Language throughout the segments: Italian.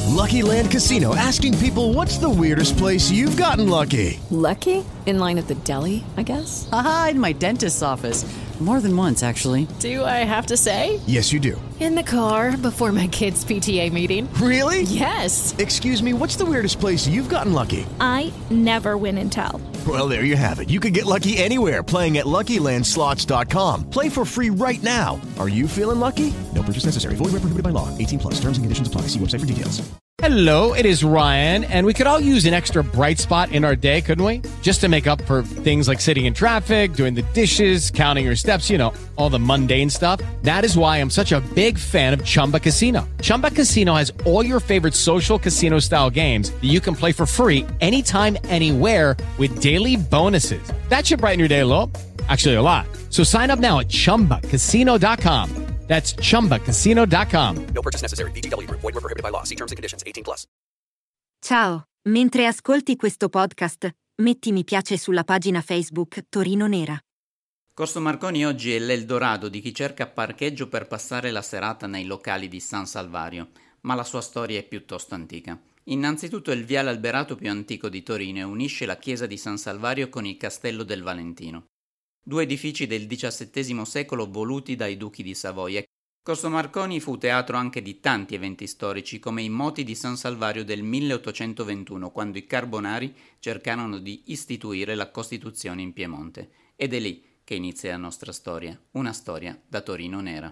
Lucky Land Casino, asking people, what's the weirdest place you've gotten lucky? Lucky? In line at the deli, I guess? Aha, in my dentist's office. More than once, actually. Do I have to say? Yes, you do. In the car before my kids' PTA meeting. Really? Yes. Excuse me, what's the weirdest place you've gotten lucky? I never win and tell. Well, there you have it. You can get lucky anywhere, playing at LuckyLandSlots.com. Play for free right now. Are you feeling lucky? No purchase necessary. Void where prohibited by law. 18 plus. Terms and conditions apply. See website for details. Hello, it is Ryan, and we could all use an extra bright spot in our day, couldn't we? Just to make up for things like sitting in traffic, doing the dishes, counting your steps, you know, all the mundane stuff. That is why I'm such a big fan of Chumba Casino. Chumba Casino has all your favorite social casino-style games that you can play for free anytime, anywhere with daily bonuses. That should brighten your day a little. Actually, a lot. So sign up now at ChumbaCasino.com. That's ChumbaCasino.com. No purchase necessary. VGW Group. Void where prohibited by law. See terms and conditions. 18 plus. Ciao, mentre ascolti questo podcast, metti mi piace sulla pagina Facebook Torino Nera. Corso Marconi oggi è l'Eldorado di chi cerca parcheggio per passare la serata nei locali di San Salvario, ma la sua storia è piuttosto antica. Innanzitutto è il viale alberato più antico di Torino e unisce la chiesa di San Salvario con il castello del Valentino. Due edifici del XVII secolo voluti dai duchi di Savoia. Corso Marconi fu teatro anche di tanti eventi storici, come i moti di San Salvario del 1821, quando i Carbonari cercarono di istituire la Costituzione in Piemonte. Ed è lì che inizia la nostra storia, una storia da Torino Nera.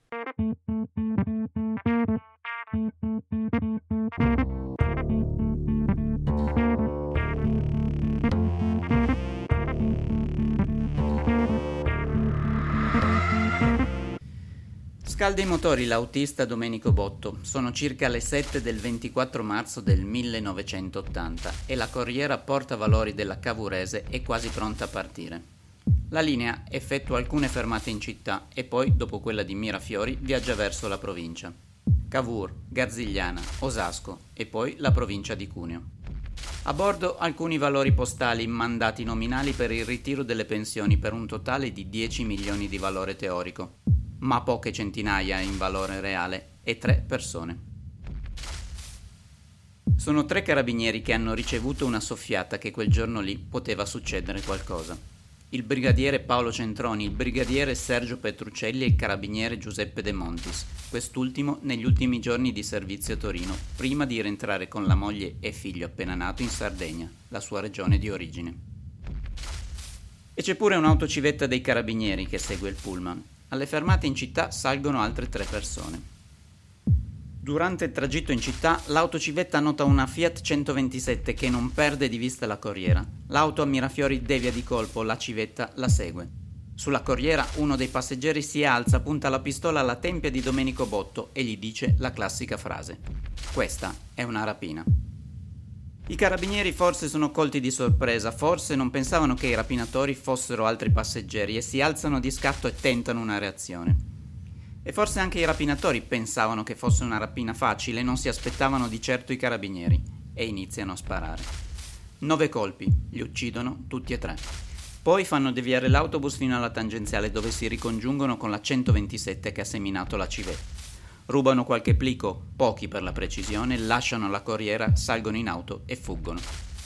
Scalda i motori l'autista Domenico Botto. Sono circa le 7 del 24 marzo del 1980 e la corriera Portavalori della Cavurese è quasi pronta a partire. La linea effettua alcune fermate in città e poi, dopo quella di Mirafiori, viaggia verso la provincia. Cavour, Garzigliana, Osasco e poi la provincia di Cuneo. A bordo alcuni valori postali, mandati nominali per il ritiro delle pensioni per un totale di 10 milioni di valore teorico, ma poche centinaia in valore reale, e 3 persone. Sono 3 carabinieri che hanno ricevuto una soffiata che quel giorno lì poteva succedere qualcosa. Il brigadiere Paolo Centroni, il brigadiere Sergio Petruccelli e il carabiniere Giuseppe De Montis, quest'ultimo negli ultimi giorni di servizio a Torino, prima di rientrare con la moglie e figlio appena nato in Sardegna, la sua regione di origine. E c'è pure un'autocivetta dei carabinieri che segue il pullman. Alle fermate in città salgono altre 3 persone. Durante il tragitto in città, l'autocivetta nota una Fiat 127 che non perde di vista la corriera. L'auto a Mirafiori devia di colpo, la civetta la segue. Sulla corriera uno dei passeggeri si alza, punta la pistola alla tempia di Domenico Botto e gli dice la classica frase: "Questa è una rapina". I carabinieri forse sono colti di sorpresa, forse non pensavano che i rapinatori fossero altri passeggeri e si alzano di scatto e tentano una reazione. E forse anche i rapinatori pensavano che fosse una rapina facile e non si aspettavano di certo i carabinieri e iniziano a sparare. 9 colpi, li uccidono tutti e 3. Poi fanno deviare l'autobus fino alla tangenziale dove si ricongiungono con la 127 che ha seminato la civetta. Rubano qualche plico, pochi per la precisione, lasciano la corriera, salgono in auto e fuggono.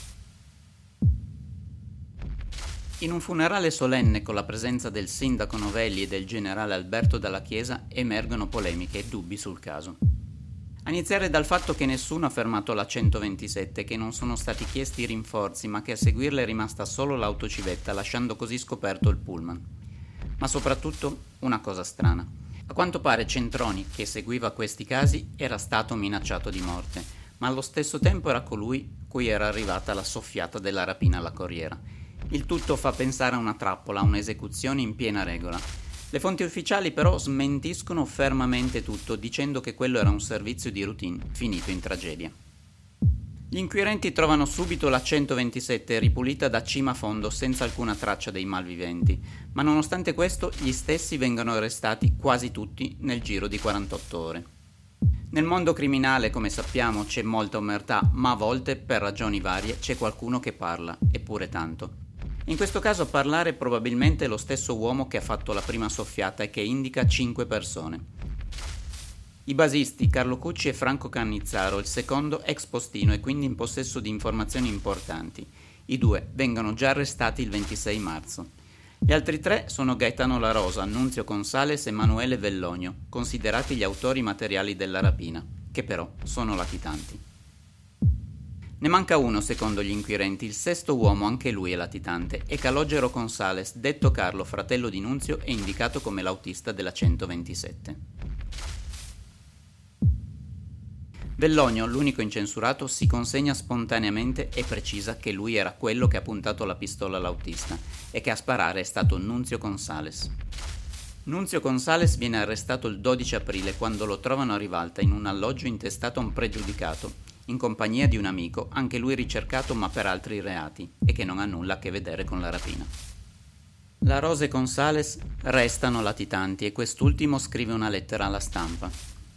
In un funerale solenne con la presenza del sindaco Novelli e del generale Alberto Dalla Chiesa emergono polemiche e dubbi sul caso. A iniziare dal fatto che nessuno ha fermato la 127, che non sono stati chiesti rinforzi, ma che a seguirla è rimasta solo l'autocivetta, lasciando così scoperto il pullman. Ma soprattutto una cosa strana. A quanto pare Centroni, che seguiva questi casi, era stato minacciato di morte, ma allo stesso tempo era colui cui era arrivata la soffiata della rapina alla corriera. Il tutto fa pensare a una trappola, a un'esecuzione in piena regola. Le fonti ufficiali però smentiscono fermamente tutto, dicendo che quello era un servizio di routine finito in tragedia. Gli inquirenti trovano subito la 127 ripulita da cima a fondo senza alcuna traccia dei malviventi, ma nonostante questo gli stessi vengono arrestati quasi tutti nel giro di 48 ore. Nel mondo criminale, come sappiamo, c'è molta omertà, ma a volte, per ragioni varie, c'è qualcuno che parla, eppure tanto. In questo caso a parlare probabilmente è lo stesso uomo che ha fatto la prima soffiata e che indica 5 persone. I basisti Carlo Cucci e Franco Cannizzaro, il secondo ex postino e quindi in possesso di informazioni importanti. I due vengono già arrestati il 26 marzo. Gli altri tre sono Gaetano La Rosa, Nunzio Consales e Emanuele Vellogno, considerati gli autori materiali della rapina, che però sono latitanti. Ne manca uno secondo gli inquirenti, il sesto uomo, anche lui è latitante, è Calogero Consales, detto Carlo, fratello di Nunzio e indicato come l'autista della 127. Vellogno, l'unico incensurato, si consegna spontaneamente e precisa che lui era quello che ha puntato la pistola all'autista e che a sparare è stato Nunzio Consales. Nunzio Consales viene arrestato il 12 aprile quando lo trovano a Rivalta in un alloggio intestato a un pregiudicato, in compagnia di un amico, anche lui ricercato ma per altri reati e che non ha nulla a che vedere con la rapina. La Rosa e Consales restano latitanti e quest'ultimo scrive una lettera alla stampa.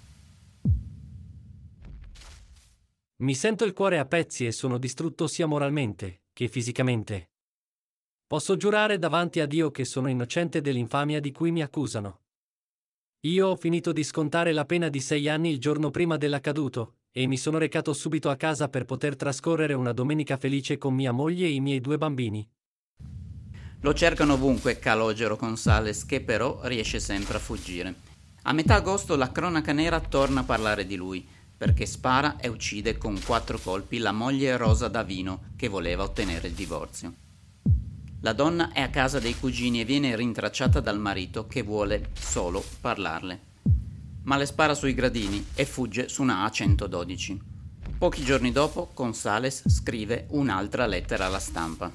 Mi sento il cuore a pezzi e sono distrutto sia moralmente che fisicamente. Posso giurare davanti a Dio che sono innocente dell'infamia di cui mi accusano. Io ho finito di scontare la pena di 6 anni il giorno prima dell'accaduto e mi sono recato subito a casa per poter trascorrere una domenica felice con mia moglie e i miei 2 bambini. Lo cercano ovunque Calogero Consales, che però riesce sempre a fuggire. A metà agosto la cronaca nera torna a parlare di lui, perché spara e uccide con 4 colpi la moglie Rosa Davino, che voleva ottenere il divorzio. La donna è a casa dei cugini e viene rintracciata dal marito che vuole solo parlarle. Ma le spara sui gradini e fugge su una A112. Pochi giorni dopo Consales scrive un'altra lettera alla stampa.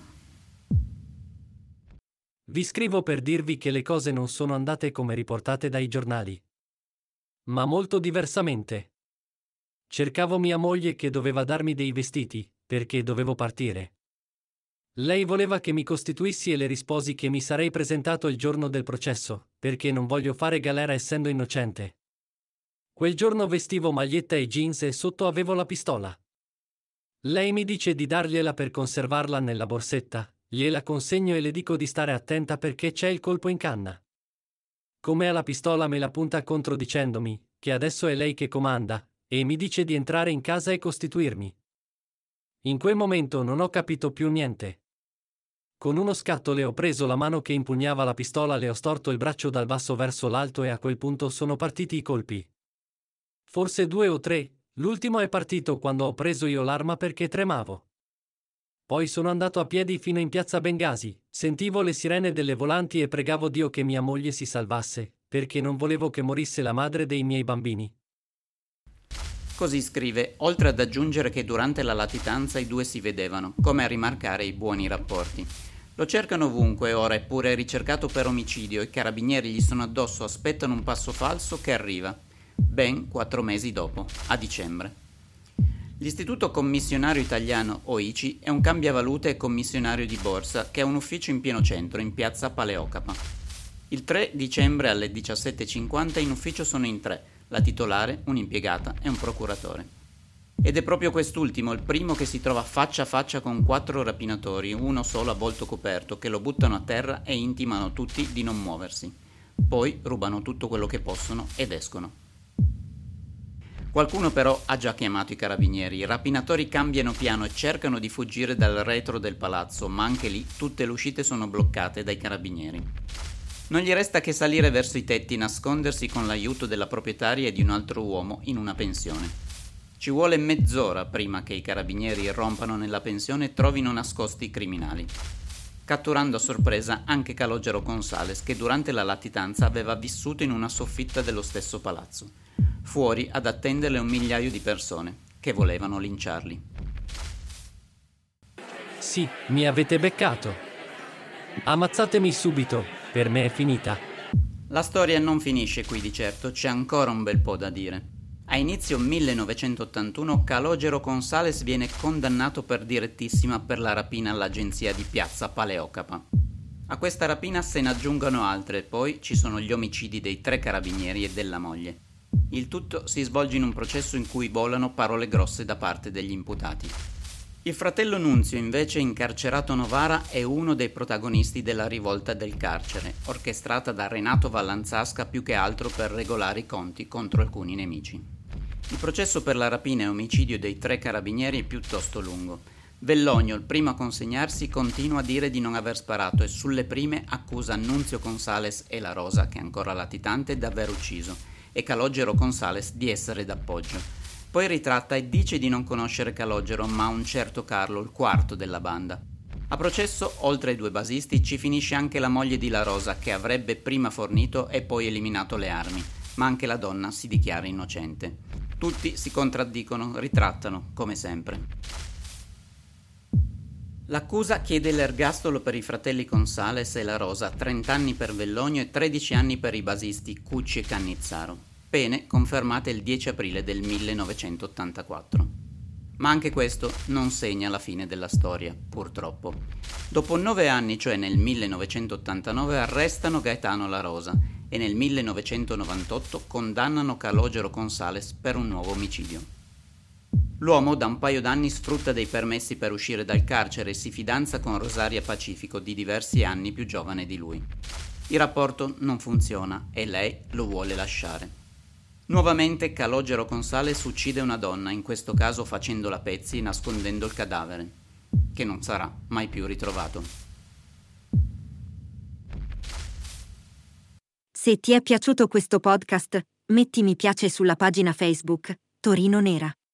Vi scrivo per dirvi che le cose non sono andate come riportate dai giornali, ma molto diversamente. Cercavo mia moglie che doveva darmi dei vestiti, perché dovevo partire. Lei voleva che mi costituissi e le risposi che mi sarei presentato il giorno del processo, perché non voglio fare galera essendo innocente. Quel giorno vestivo maglietta e jeans e sotto avevo la pistola. Lei mi dice di dargliela per conservarla nella borsetta, gliela consegno e le dico di stare attenta perché c'è il colpo in canna. Come ha la pistola me la punta contro dicendomi che adesso è lei che comanda, e mi dice di entrare in casa e costituirmi. In quel momento non ho capito più niente. Con uno scatto le ho preso la mano che impugnava la pistola, le ho storto il braccio dal basso verso l'alto e a quel punto sono partiti i colpi. Forse 2 o 3, l'ultimo è partito quando ho preso io l'arma perché tremavo. Poi sono andato a piedi fino in piazza Bengasi, sentivo le sirene delle volanti e pregavo Dio che mia moglie si salvasse, perché non volevo che morisse la madre dei miei bambini. Così scrive, oltre ad aggiungere che durante la latitanza i due si vedevano, come a rimarcare i buoni rapporti. Lo cercano ovunque, ora è pure ricercato per omicidio, i carabinieri gli sono addosso, aspettano un passo falso che arriva, ben 4 mesi dopo, a dicembre. L'Istituto Commissionario Italiano, OICI, è un cambiavalute e commissionario di borsa che ha un ufficio in pieno centro, in piazza Paleocapa. Il 3 dicembre alle 17:50 in ufficio sono in 3, la titolare, un'impiegata e un procuratore. Ed è proprio quest'ultimo il primo che si trova faccia a faccia con 4 rapinatori, uno solo a volto coperto, che lo buttano a terra e intimano tutti di non muoversi. Poi rubano tutto quello che possono ed escono. Qualcuno però ha già chiamato i carabinieri, i rapinatori cambiano piano e cercano di fuggire dal retro del palazzo, ma anche lì tutte le uscite sono bloccate dai carabinieri. Non gli resta che salire verso i tetti e nascondersi con l'aiuto della proprietaria e di un altro uomo in una pensione. Ci vuole mezz'ora prima che i carabinieri irrompano nella pensione e trovino nascosti i criminali, catturando a sorpresa anche Calogero Consales, che durante la latitanza aveva vissuto in una soffitta dello stesso palazzo. Fuori ad attenderle 1 migliaio di persone che volevano linciarli. Sì, mi avete beccato. Ammazzatemi subito. Per me è finita. La storia non finisce qui di certo, c'è ancora un bel po' da dire. A inizio 1981 Calogero Consales viene condannato per direttissima per la rapina all'agenzia di piazza Paleocapa. A questa rapina se ne aggiungono altre, poi ci sono gli omicidi dei 3 carabinieri e della moglie. Il tutto si svolge in un processo in cui volano parole grosse da parte degli imputati. Il fratello Nunzio, invece, incarcerato a Novara, è uno dei protagonisti della rivolta del carcere, orchestrata da Renato Vallanzasca più che altro per regolare i conti contro alcuni nemici. Il processo per la rapina e omicidio dei 3 carabinieri è piuttosto lungo. Vellogno, il primo a consegnarsi, continua a dire di non aver sparato e sulle prime accusa Nunzio Consales e La Rosa, che è ancora latitante, di aver ucciso, e Calogero Consales di essere d'appoggio. Poi ritratta e dice di non conoscere Calogero, ma un certo Carlo, il quarto della banda. A processo, oltre ai 2 basisti, ci finisce anche la moglie di La Rosa, che avrebbe prima fornito e poi eliminato le armi, ma anche la donna si dichiara innocente. Tutti si contraddicono, ritrattano, come sempre. L'accusa chiede l'ergastolo per i fratelli Consales e La Rosa, 30 anni per Vellogno e 13 anni per i basisti Cucci e Cannizzaro. Pene confermate il 10 aprile del 1984. Ma anche questo non segna la fine della storia, purtroppo. Dopo 9 anni, cioè nel 1989, arrestano Gaetano La Rosa e nel 1998 condannano Calogero Consales per un nuovo omicidio. L'uomo da un paio d'anni sfrutta dei permessi per uscire dal carcere e si fidanza con Rosaria Pacifico, di diversi anni più giovane di lui. Il rapporto non funziona e lei lo vuole lasciare. Nuovamente Calogero Consales uccide una donna, in questo caso facendola a pezzi e nascondendo il cadavere, che non sarà mai più ritrovato. Se ti è piaciuto questo podcast, metti mi piace sulla pagina Facebook Torino Nera.